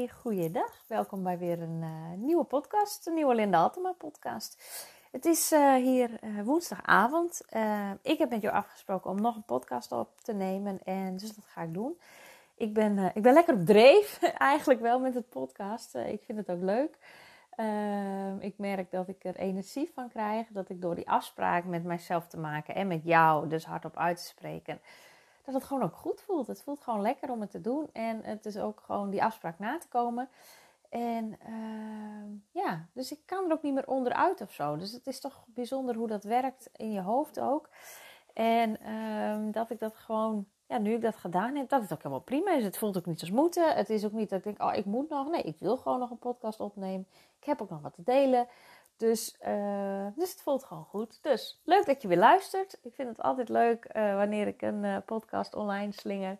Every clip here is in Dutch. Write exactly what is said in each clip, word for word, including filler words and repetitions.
Hey, goeiedag. Welkom bij weer een uh, nieuwe podcast, een nieuwe Linda Altema podcast. Het is uh, hier uh, woensdagavond. Uh, ik heb met jou afgesproken om nog een podcast op te nemen en dus dat ga ik doen. Ik ben, uh, ik ben lekker op dreef, eigenlijk wel met het podcast. Uh, ik vind het ook leuk. Uh, ik merk dat ik er energie van krijg, dat ik door die afspraak met mijzelf te maken en met jou dus hardop uit te spreken, dat het gewoon ook goed voelt. Het voelt gewoon lekker om het te doen. En het is ook gewoon die afspraak na te komen. En uh, ja, dus ik kan er ook niet meer onderuit of zo. Dus het is toch bijzonder hoe dat werkt in je hoofd ook. En uh, dat ik dat gewoon, ja, nu ik dat gedaan heb, dat het ook helemaal prima is. Het voelt ook niet als moeten. Het is ook niet dat ik denk, oh, ik moet nog. Nee, ik wil gewoon nog een podcast opnemen. Ik heb ook nog wat te delen. Dus, uh, dus het voelt gewoon goed. Dus leuk dat je weer luistert. Ik vind het altijd leuk uh, wanneer ik een uh, podcast online slinger.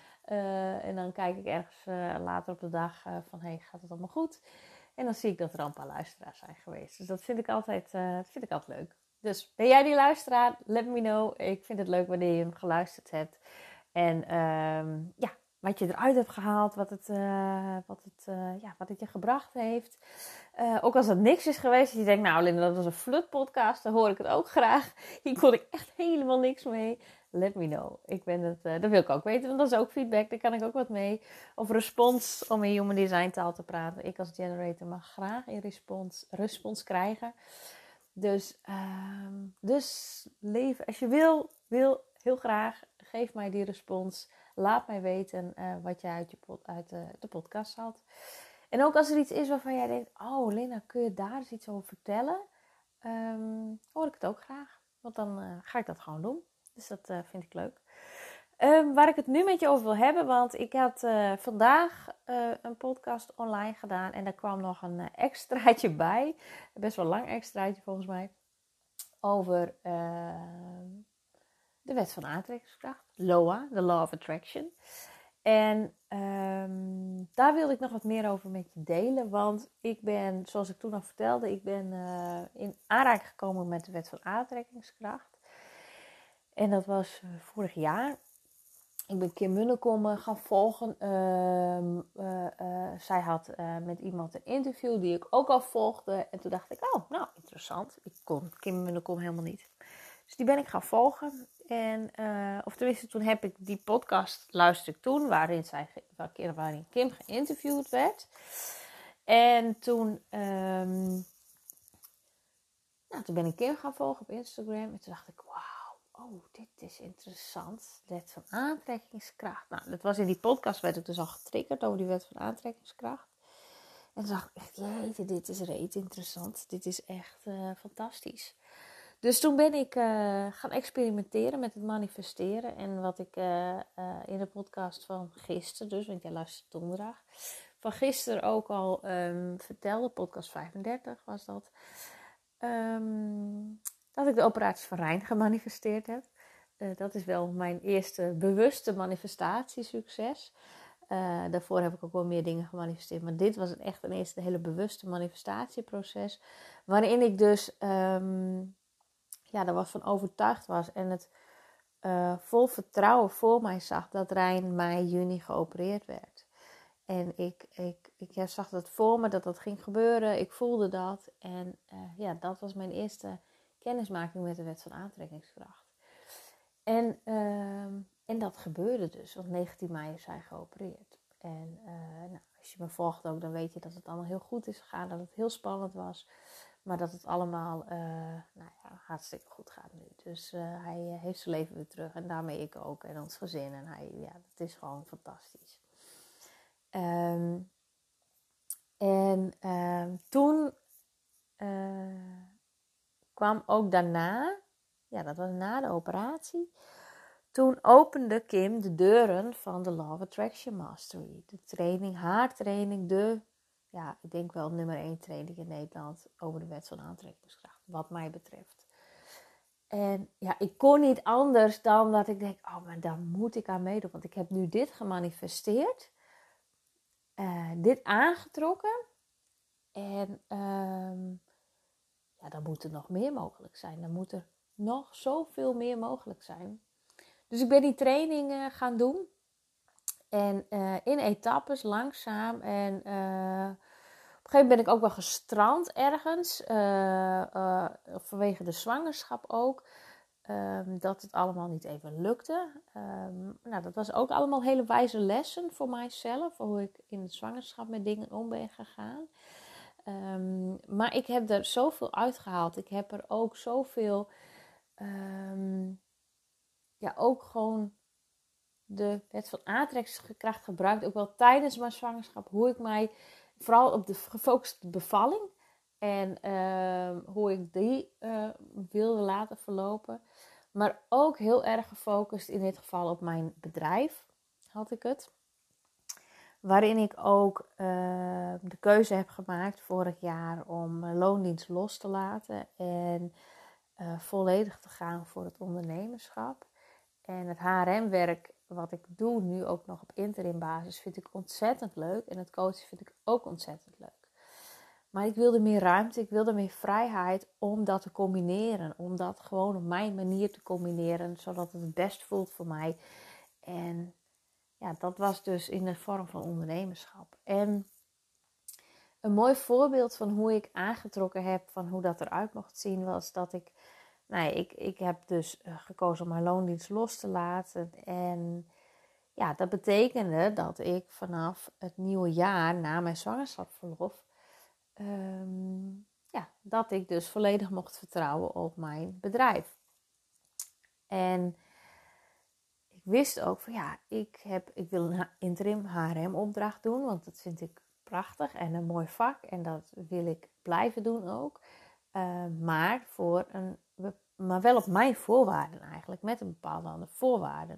Uh, en dan kijk ik ergens uh, later op de dag uh, van, hey, gaat het allemaal goed? En dan zie ik dat er al een paar luisteraars zijn geweest. Dus dat vind ik altijd, uh, dat vind ik altijd leuk. Dus ben jij die luisteraar? Let me know. Ik vind het leuk wanneer je hem geluisterd hebt. En uh, ja, wat je eruit hebt gehaald, wat het, uh, wat het, uh, ja, wat het je gebracht heeft. Uh, ook als het niks is geweest, dat je denkt, nou Linda, dat was een flut podcast, dan hoor ik het ook graag. Hier kon ik echt helemaal niks mee. Let me know. Ik ben het, uh, dat wil ik ook weten, want dat is ook feedback, daar kan ik ook wat mee. Of respons, om in human design taal te praten. Ik als generator mag graag een respons, respons krijgen. Dus, uh, dus leven, als je wil, wil heel graag, geef mij die respons. Laat mij weten uh, wat je uit, je pod, uit de, de podcast haalt. En ook als er iets is waarvan jij denkt, oh Linda, kun je daar eens iets over vertellen? Um, hoor ik het ook graag. Want dan uh, ga ik dat gewoon doen. Dus dat uh, vind ik leuk. Um, waar ik het nu met je over wil hebben, want ik had uh, vandaag uh, een podcast online gedaan. En daar kwam nog een uh, extraatje bij. Best wel lang extraatje volgens mij. Over uh, de wet van aantrekkingskracht. L O A, de Law of Attraction. En um, daar wilde ik nog wat meer over met je delen. Want ik ben, zoals ik toen al vertelde, ik ben uh, in aanraking gekomen met de wet van aantrekkingskracht. En dat was uh, vorig jaar. Ik ben Kim Munnekom gaan volgen. Uh, uh, uh, zij had uh, met iemand een interview die ik ook al volgde. En toen dacht ik, oh, nou, interessant. Ik kon Kim Munnekom helemaal niet. Dus die ben ik gaan volgen. En, uh, of tenminste, toen heb ik die podcast luisterde ik toen, waarin, zij, waarin Kim geïnterviewd werd. En toen, um, nou, toen ben ik Kim gaan volgen op Instagram. En toen dacht ik, wauw, oh, dit is interessant. Wet van aantrekkingskracht. Nou, dat was in die podcast, werd ik dus al getriggerd over die wet van aantrekkingskracht. En toen dacht ik echt, jeetje, dit is reet interessant. Dit is echt uh, fantastisch. Dus toen ben ik uh, gaan experimenteren met het manifesteren. En wat ik uh, uh, in de podcast van gisteren, dus, want jij luistert donderdag, van gisteren ook al um, vertelde, podcast vijfendertig was dat, um, dat ik de operatie van Rijn gemanifesteerd heb. Uh, dat is wel mijn eerste bewuste manifestatiesucces. Uh, daarvoor heb ik ook wel meer dingen gemanifesteerd. Maar dit was echt een eerste hele bewuste manifestatieproces. Waarin ik dus Um, ja, daar was van overtuigd was en het uh, vol vertrouwen voor mij zag dat Rijn mei, juni geopereerd werd. En ik, ik, ik zag dat voor me, dat dat ging gebeuren. Ik voelde dat. En uh, ja, dat was mijn eerste kennismaking met de wet van aantrekkingskracht. En, uh, en dat gebeurde dus, want negentien mei is hij geopereerd. En uh, nou, als je me volgt ook, dan weet je dat het allemaal heel goed is gegaan, dat het heel spannend was. Maar dat het allemaal uh, nou ja, hartstikke goed gaat nu. Dus uh, hij uh, heeft zijn leven weer terug. En daarmee ik ook. En ons gezin. En hij, ja, het is gewoon fantastisch. Um, en um, toen uh, kwam ook daarna, ja, dat was na de operatie. Toen opende Kim de deuren van de Law of Attraction Mastery. De training, haar training, de... Ja, ik denk wel nummer één training in Nederland over de wet van aantrekkingskracht, wat mij betreft. En ja, ik kon niet anders dan dat ik denk, oh, maar daar moet ik aan meedoen. Want ik heb nu dit gemanifesteerd, uh, dit aangetrokken. En um, ja, dan moet er nog meer mogelijk zijn. Dan moet er nog zoveel meer mogelijk zijn. Dus ik ben die training uh, gaan doen. En uh, in etappes, langzaam. En uh, op een gegeven moment ben ik ook wel gestrand ergens. Uh, uh, vanwege de zwangerschap ook. Um, dat het allemaal niet even lukte. Um, nou, dat was ook allemaal hele wijze lessen voor mijzelf. Hoe ik in de zwangerschap met dingen om ben gegaan. Um, maar ik heb er zoveel uitgehaald. Ik heb er ook zoveel... Um, ja, ook gewoon de wet van aantrekkingskracht gebruikt. Ook wel tijdens mijn zwangerschap. Hoe ik mij vooral op de gefocuste bevalling. En uh, hoe ik die uh, wilde laten verlopen. Maar ook heel erg gefocust in dit geval op mijn bedrijf. Had ik het. Waarin ik ook uh, de keuze heb gemaakt vorig jaar om uh, loondienst los te laten. En uh, volledig te gaan voor het ondernemerschap. En het H R M-werk wat ik doe nu ook nog op interim basis vind ik ontzettend leuk. En het coachen vind ik ook ontzettend leuk. Maar ik wilde meer ruimte, ik wilde meer vrijheid om dat te combineren. Om dat gewoon op mijn manier te combineren, zodat het het best voelt voor mij. En ja, dat was dus in de vorm van ondernemerschap. En een mooi voorbeeld van hoe ik aangetrokken heb, van hoe dat eruit mocht zien, was dat ik... Nou ja, ik, ik heb dus gekozen om mijn loondienst los te laten. En ja, dat betekende dat ik vanaf het nieuwe jaar, na mijn zwangerschapsverlof, um, ja, dat ik dus volledig mocht vertrouwen op mijn bedrijf. En ik wist ook van ja, ik, heb, ik wil een interim H R M-opdracht doen, want dat vind ik prachtig en een mooi vak. En dat wil ik blijven doen ook. Uh, maar voor een Maar wel op mijn voorwaarden eigenlijk. Met een bepaalde andere voorwaarden.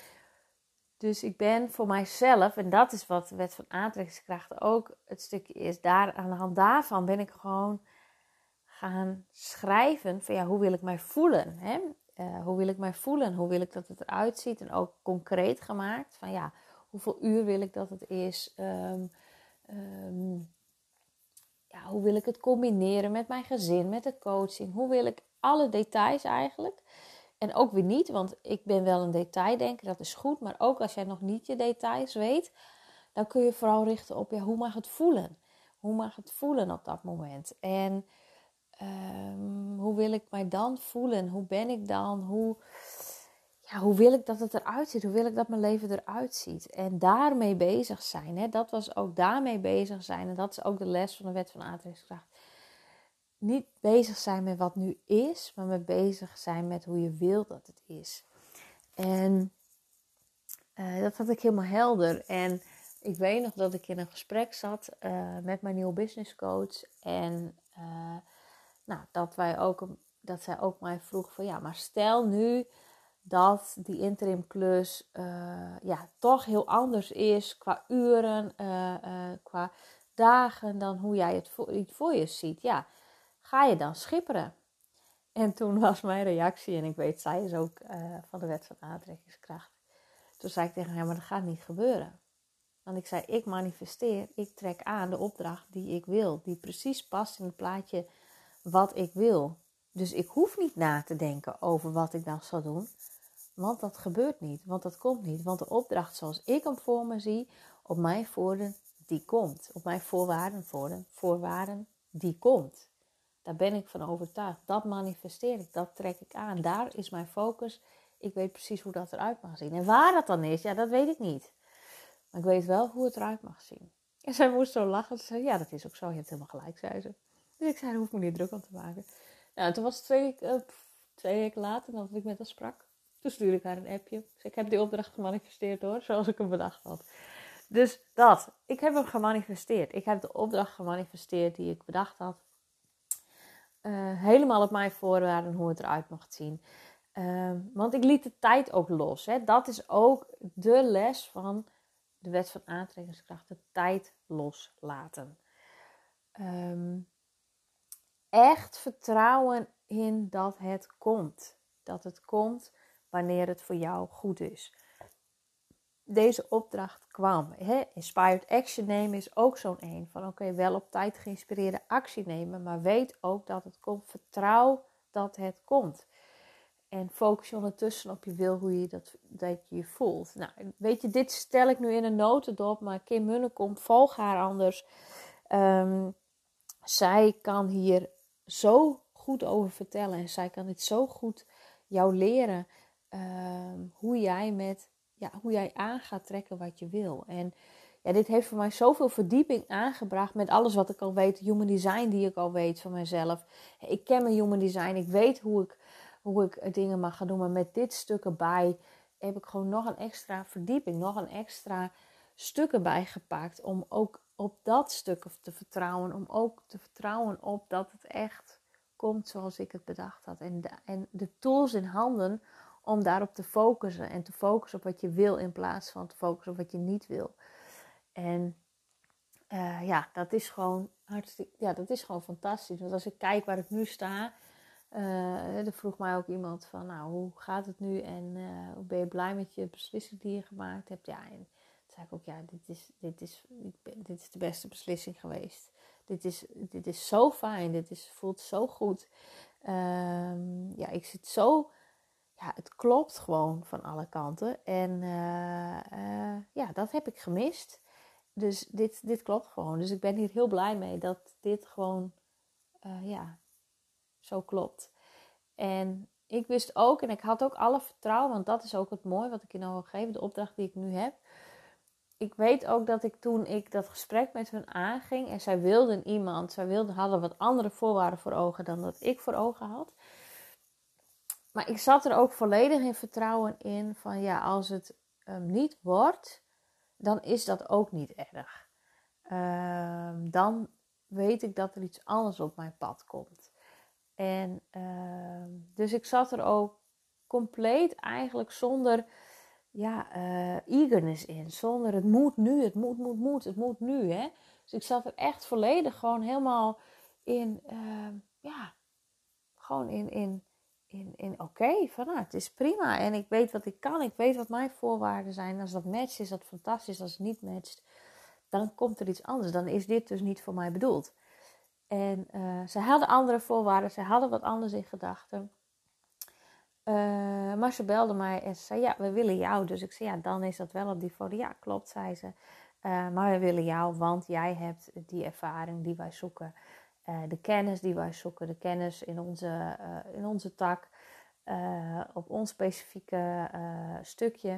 Dus ik ben voor mijzelf. En dat is wat de wet van aantrekkingskracht ook het stukje is. Daar, aan de hand daarvan ben ik gewoon gaan schrijven. Van ja, hoe wil ik mij voelen? Hè? Uh, hoe wil ik mij voelen? Hoe wil ik dat het eruit ziet? En ook concreet gemaakt. Van ja, hoeveel uur wil ik dat het is? Um, um, ja, hoe wil ik het combineren met mijn gezin? Met de coaching? Hoe wil ik... Alle details eigenlijk. En ook weer niet, want ik ben wel een detaildenker, dat is goed. Maar ook als jij nog niet je details weet, dan kun je vooral richten op ja, hoe mag het voelen? Hoe mag het voelen op dat moment? En um, hoe wil ik mij dan voelen? Hoe ben ik dan? Hoe, ja, hoe wil ik dat het eruit ziet? Hoe wil ik dat mijn leven eruit ziet? En daarmee bezig zijn. Hè? Dat was ook daarmee bezig zijn. En dat is ook de les van de wet van aantrekkingskracht. Niet bezig zijn met wat nu is, maar met bezig zijn met hoe je wilt dat het is. En uh, dat had ik helemaal helder. En ik weet nog dat ik in een gesprek zat uh, met mijn nieuwe business coach. En uh, nou, dat, wij ook, dat zij ook mij vroeg van ja, maar stel nu dat die interim klus uh, ja, toch heel anders is qua uren, uh, uh, qua dagen dan hoe jij het voor, het voor je ziet. Ja. Ga je dan schipperen? En toen was mijn reactie, en ik weet, zij is ook uh, van de wet van aantrekkingskracht. Toen zei ik tegen haar, maar dat gaat niet gebeuren. Want ik zei, ik manifesteer, ik trek aan de opdracht die ik wil. Die precies past in het plaatje wat ik wil. Dus ik hoef niet na te denken over wat ik dan zal doen. Want dat gebeurt niet, want dat komt niet. Want de opdracht zoals ik hem voor me zie, op mijn voorwaarden, die komt. Op mijn voorwaarden, voorwaarden, voorwaarden, die komt. Daar ben ik van overtuigd. Dat manifesteer ik. Dat trek ik aan. Daar is mijn focus. Ik weet precies hoe dat eruit mag zien. En waar dat dan is, ja, dat weet ik niet. Maar ik weet wel hoe het eruit mag zien. En zij moest zo lachen. Ze zei, ja, dat is ook zo. Je hebt helemaal gelijk, zei ze. Dus ik zei, daar hoef ik me niet druk om te maken. Nou, en toen was het twee, uh, twee weken later, nadat ik met haar sprak. Toen stuurde ik haar een appje. Ik zei, ik heb die opdracht gemanifesteerd hoor. Zoals ik hem bedacht had. Dus dat. Ik heb hem gemanifesteerd. Ik heb de opdracht gemanifesteerd die ik bedacht had. Uh, helemaal op mijn voorwaarden hoe het eruit mocht zien. Uh, want ik liet de tijd ook los. Hè. Dat is ook de les van de wet van aantrekkingskracht. De tijd loslaten. Um, echt vertrouwen in dat het komt. Dat het komt wanneer het voor jou goed is. Deze opdracht kwam. Hè? Inspired action nemen is ook zo'n een. Van oké, okay, wel op tijd geïnspireerde actie nemen. Maar weet ook dat het komt. Vertrouw dat het komt. En focus je ondertussen op je wil, hoe je dat, dat je je voelt. Nou, weet je, dit stel ik nu in een notendop, maar Kim Munnekom, volg haar anders. Um, zij kan hier zo goed over vertellen. En zij kan dit zo goed jou leren. Um, hoe jij met, ja, hoe jij aan gaat trekken wat je wil. En ja, dit heeft voor mij zoveel verdieping aangebracht met alles wat ik al weet. Human design die ik al weet van mezelf. Ik ken mijn human design. Ik weet hoe ik, hoe ik dingen mag gaan doen. Maar met dit stuk erbij heb ik gewoon nog een extra verdieping. Nog een extra stuk erbij gepakt. Om ook op dat stuk te vertrouwen. Om ook te vertrouwen op dat het echt komt zoals ik het bedacht had. En de, en de tools in handen om daarop te focussen. En te focussen op wat je wil in plaats van te focussen op wat je niet wil. En uh, ja, dat is gewoon hartstikke, ja, dat is gewoon fantastisch. Want als ik kijk waar ik nu sta, uh, er vroeg mij ook iemand van, nou, hoe gaat het nu en uh, hoe ben je blij met je beslissing die je gemaakt hebt? Ja, en toen zei ik ook, ja, dit is, dit is, dit is de beste beslissing geweest. Dit is, dit is zo fijn, dit is, voelt zo goed. Um, ja, ik zit zo, ja, het klopt gewoon van alle kanten. En uh, uh, ja, dat heb ik gemist. Dus dit, dit klopt gewoon. Dus ik ben hier heel blij mee dat dit gewoon, uh, ja, zo klopt. En ik wist ook, en ik had ook alle vertrouwen, want dat is ook het mooie wat ik je nou wil geven, de opdracht die ik nu heb. Ik weet ook dat ik toen ik dat gesprek met hun aanging, en zij wilden iemand, zij wilden, hadden wat andere voorwaarden voor ogen dan dat ik voor ogen had. Maar ik zat er ook volledig in vertrouwen in van, ja, als het um, niet wordt, dan is dat ook niet erg. Uh, dan weet ik dat er iets anders op mijn pad komt. En uh, dus ik zat er ook compleet eigenlijk zonder ja, uh, eagerness in. Zonder het moet nu, het moet, moet, moet, het moet nu. Hè? Dus ik zat er echt volledig gewoon helemaal in, uh, ja, gewoon in, in, in, in oké, okay, van nou, het is prima. En ik weet wat ik kan, ik weet wat mijn voorwaarden zijn. Als dat matcht, is dat fantastisch. Als het niet matcht, dan komt er iets anders. Dan is dit dus niet voor mij bedoeld. En uh, ze hadden andere voorwaarden. Ze hadden wat anders in gedachten. Uh, maar ze belde mij en ze zei, ja, we willen jou. Dus ik zei, ja, dan is dat wel op die foto. Ja, klopt, zei ze. Uh, maar we willen jou, want jij hebt die ervaring die wij zoeken. Uh, de kennis die wij zoeken. De kennis in onze, uh, in onze tak. Uh, op ons specifieke uh, stukje.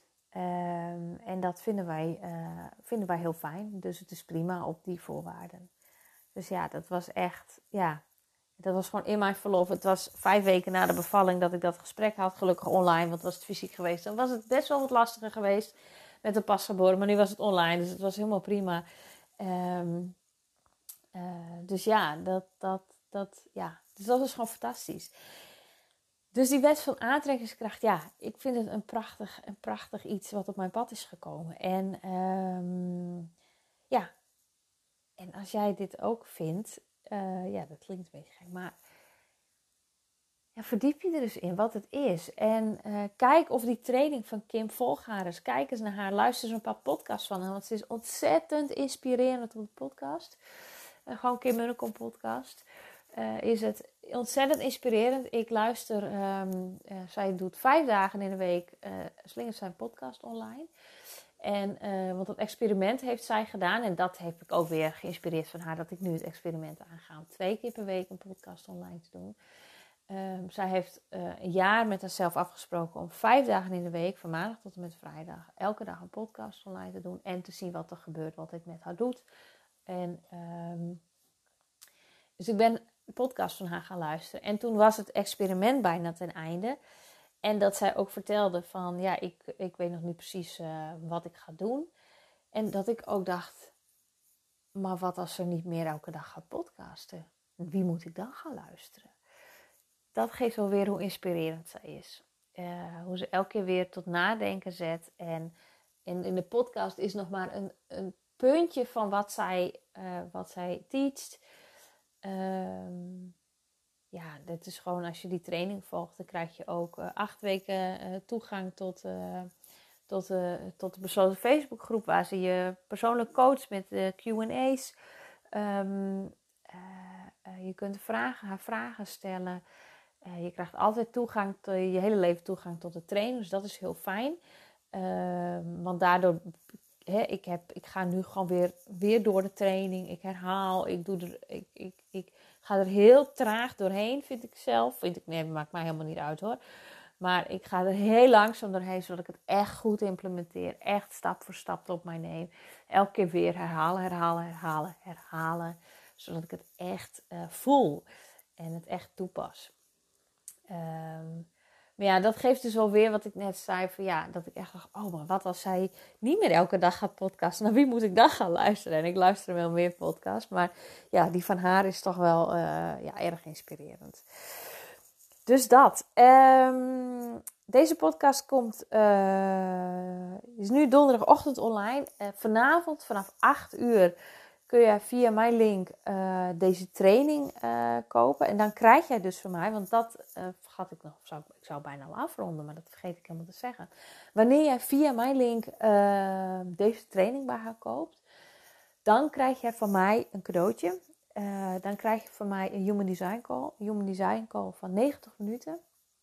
Um, en dat vinden wij, uh, vinden wij heel fijn. Dus het is prima op die voorwaarden. Dus ja, dat was echt, ja, dat was gewoon in mijn verlof. Het was vijf weken na de bevalling dat ik dat gesprek had. Gelukkig online, want was het fysiek geweest. Dan was het best wel wat lastiger geweest met de pasgeboren. Maar nu was het online, dus het was helemaal prima. Um, uh, dus ja, dat, dat, dat, ja, dus dat was gewoon fantastisch. Dus die wet van aantrekkingskracht, ja, ik vind het een prachtig, een prachtig iets wat op mijn pad is gekomen. En um, ja, en als jij dit ook vindt, uh, ja, dat klinkt een beetje gek, maar ja, verdiep je er dus in wat het is. En uh, kijk of die training van Kim, volg haar eens, kijk eens naar haar, luister eens een paar podcasts van haar, want ze is ontzettend inspirerend op de podcast. Uh, gewoon Kim Munnekom podcast. Uh, is het ontzettend inspirerend. Ik luister, um, uh, zij doet vijf dagen in de week, uh, slingert zijn podcast online. En, uh, want dat experiment heeft zij gedaan. En dat heb ik ook weer geïnspireerd van haar, dat ik nu het experiment aanga om twee keer per week een podcast online te doen. Um, zij heeft uh, een jaar met haarzelf afgesproken om vijf dagen in de week, van maandag tot en met vrijdag, elke dag een podcast online te doen. En te zien wat er gebeurt, wat dit met haar doet. En um, dus ik ben een podcast van haar gaan luisteren. En toen was het experiment bijna ten einde. En dat zij ook vertelde van, ja, ik, ik weet nog niet precies uh, wat ik ga doen. En dat ik ook dacht, maar wat als ze niet meer elke dag gaat podcasten? Wie moet ik dan gaan luisteren? Dat geeft wel weer hoe inspirerend zij is. Uh, hoe ze elke keer weer tot nadenken zet. En in, in de podcast is nog maar een, een puntje van wat zij, uh, wat zij teacht. Um, ja, dat is gewoon, als je die training volgt, dan krijg je ook uh, acht weken uh, toegang tot, uh, tot, uh, tot de besloten Facebookgroep, waar ze je persoonlijk coacht met uh, Q en A's. Um, uh, uh, je kunt vragen, haar vragen stellen. Uh, je krijgt altijd toegang, to, je hele leven toegang tot de training. Dus dat is heel fijn. Uh, want daardoor, he, ik, heb, ik ga nu gewoon weer, weer door de training. Ik herhaal, ik, doe er, ik, ik, ik ga er heel traag doorheen, vind ik zelf. Vind ik, nee, dat maakt mij helemaal niet uit hoor. Maar ik ga er heel langzaam doorheen, zodat ik het echt goed implementeer. Echt stap voor stap op mij neem. Elke keer weer herhalen, herhalen, herhalen, herhalen. Zodat ik het echt uh, voel en het echt toepas. Um, maar ja, dat geeft dus wel weer wat ik net zei. Van ja, dat ik echt dacht, oh maar wat als zij niet meer elke dag gaat podcasten. Naar wie moet ik dan gaan luisteren? En ik luister wel meer podcasts. Maar ja, die van haar is toch wel uh, ja, erg inspirerend. Dus dat. Um, deze podcast komt, uh, is nu donderdagochtend online. Uh, vanavond vanaf acht uur kun je via mijn link uh, deze training uh, kopen. En dan krijg jij dus van mij, want dat uh, vergat ik nog, zou, ik zou bijna al afronden, maar dat vergeet ik helemaal te zeggen. Wanneer jij via mijn link uh, deze training bij haar koopt, dan krijg je van mij een cadeautje. Uh, dan krijg je van mij een Human Design Call. Een Human Design Call van negentig minuten.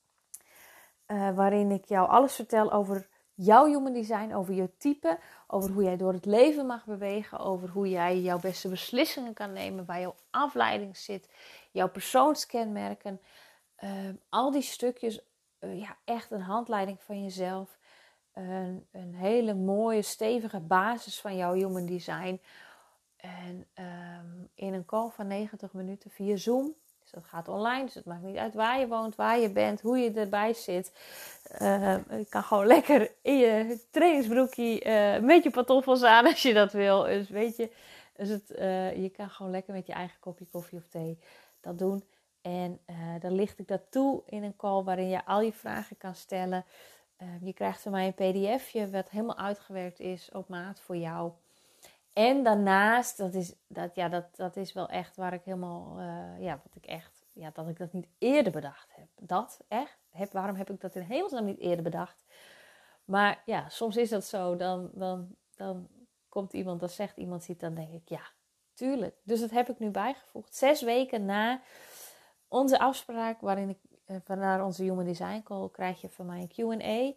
Uh, waarin ik jou alles vertel over jouw Human Design, over je type, over hoe jij door het leven mag bewegen, over hoe jij jouw beste beslissingen kan nemen, waar jouw afleiding zit, jouw persoonskenmerken. Uh, al die stukjes, uh, ja, echt een handleiding van jezelf. Een, een hele mooie, stevige basis van jouw Human Design. En um, in een call van negentig minuten via Zoom. Dus dat gaat online, dus het maakt niet uit waar je woont, waar je bent, hoe je erbij zit. Uh, je kan gewoon lekker in je trainingsbroekje uh, met je pantoffels aan als je dat wil. Dus weet je, dus het, uh, je kan gewoon lekker met je eigen kopje koffie of thee dat doen. En uh, dan licht ik dat toe in een call waarin je al je vragen kan stellen. Uh, je krijgt van mij een pdfje wat helemaal uitgewerkt is op maat voor jou. En daarnaast, dat is, dat, ja, dat, dat is wel echt waar ik helemaal, uh, ja, wat ik echt, ja, dat ik dat niet eerder bedacht heb. Dat, echt, heb, waarom heb ik dat in hemelsnaam niet eerder bedacht? Maar ja, soms is dat zo, dan, dan, dan komt iemand, dan zegt iemand iets, dan denk ik, ja, tuurlijk. Dus dat heb ik nu bijgevoegd. Zes weken na onze afspraak, waarin ik, uh, naar onze Human Design Call, krijg je van mij een Q en A,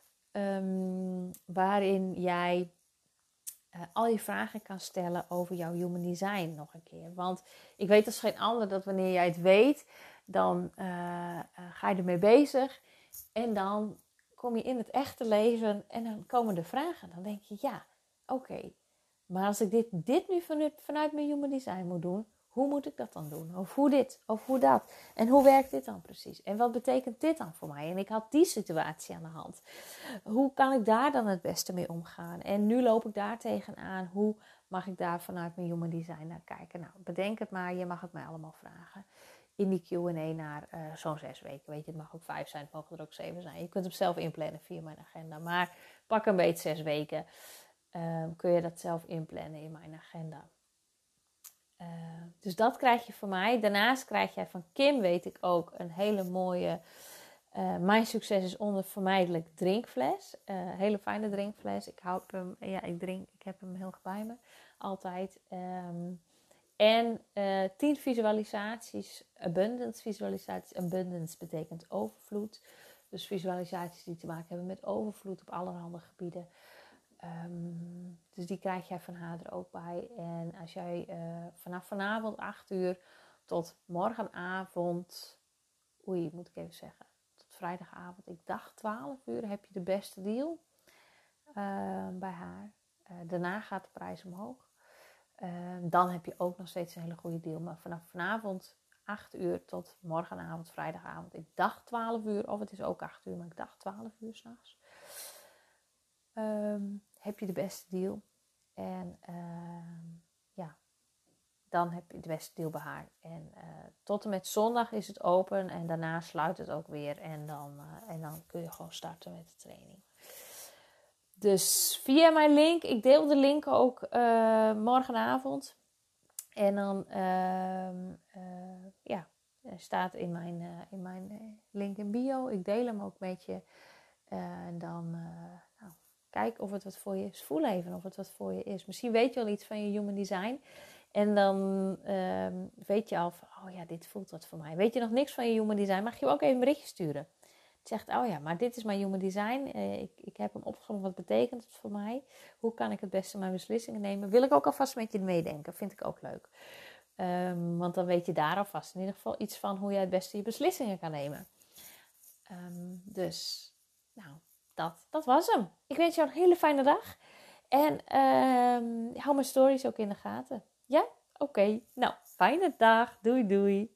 um, waarin jij Uh, al je vragen kan stellen over jouw Human Design nog een keer. Want ik weet als geen ander dat wanneer jij het weet, dan uh, uh, ga je ermee bezig. En dan kom je in het echte leven en dan komen de vragen. Dan denk je, ja, oké. Okay, maar als ik dit, dit nu vanuit, vanuit mijn Human Design moet doen, hoe moet ik dat dan doen? Of hoe dit, of hoe dat. En hoe werkt dit dan precies? En wat betekent dit dan voor mij? En ik had die situatie aan de hand. Hoe kan ik daar dan het beste mee omgaan? En nu loop ik daar tegenaan. Hoe mag ik daar vanuit mijn Human Design naar kijken? Nou, bedenk het maar. Je mag het mij allemaal vragen. In die Q en A naar uh, zo'n zes weken. Weet je, het mag ook vijf zijn. Het mogen er ook zeven zijn. Je kunt hem zelf inplannen via mijn agenda. Maar pak een beetje zes weken. Uh, kun je dat zelf inplannen in mijn agenda. Uh, dus dat krijg je van mij. Daarnaast krijg jij van Kim, weet ik ook, een hele mooie uh, Mijn Succes is Onvermijdelijk drinkfles. Een uh, hele fijne drinkfles. Ik hou hem, ja, ik drink, ik heb hem heel erg bij me. Altijd. Um, en uh, tien visualisaties, abundance visualisaties. Abundance betekent overvloed. Dus visualisaties die te maken hebben met overvloed op allerhande gebieden. Um, dus die krijg jij van haar er ook bij. En als jij uh, vanaf vanavond acht uur tot morgenavond, oei, moet ik even zeggen, tot vrijdagavond, ik dacht twaalf uur, heb je de beste deal uh, bij haar. Uh, daarna gaat de prijs omhoog. Uh, dan heb je ook nog steeds een hele goede deal. Maar vanaf vanavond acht uur tot morgenavond, vrijdagavond, ik dacht twaalf uur, of het is ook acht uur, maar ik dacht twaalf uur 's nachts. Um, heb je de beste deal. En uh, ja, dan heb je de beste deal bij haar. En uh, tot en met zondag is het open en daarna sluit het ook weer. En dan, uh, en dan kun je gewoon starten met de training. Dus via mijn link, ik deel de link ook uh, morgenavond. En dan, uh, uh, ja, staat in mijn, uh, in mijn uh, link in bio. Ik deel hem ook met je. Uh, en dan... Uh, nou, kijk of het wat voor je is. Voel even of het wat voor je is. Misschien weet je al iets van je Human Design. En dan um, weet je al van, oh ja, dit voelt wat voor mij. Weet je nog niks van je human design, mag je ook even een berichtje sturen. Je zegt, oh ja, maar dit is mijn human design. Uh, ik, ik heb hem opgeschreven, wat betekent het voor mij? Hoe kan ik het beste mijn beslissingen nemen? Wil ik ook alvast met je meedenken, vind ik ook leuk. Um, want dan weet je daar alvast in ieder geval iets van hoe jij het beste je beslissingen kan nemen. Um, dus, nou, dat, dat was hem. Ik wens jou een hele fijne dag. En um, hou mijn stories ook in de gaten. Ja? Oké. Okay. Nou, fijne dag. Doei doei.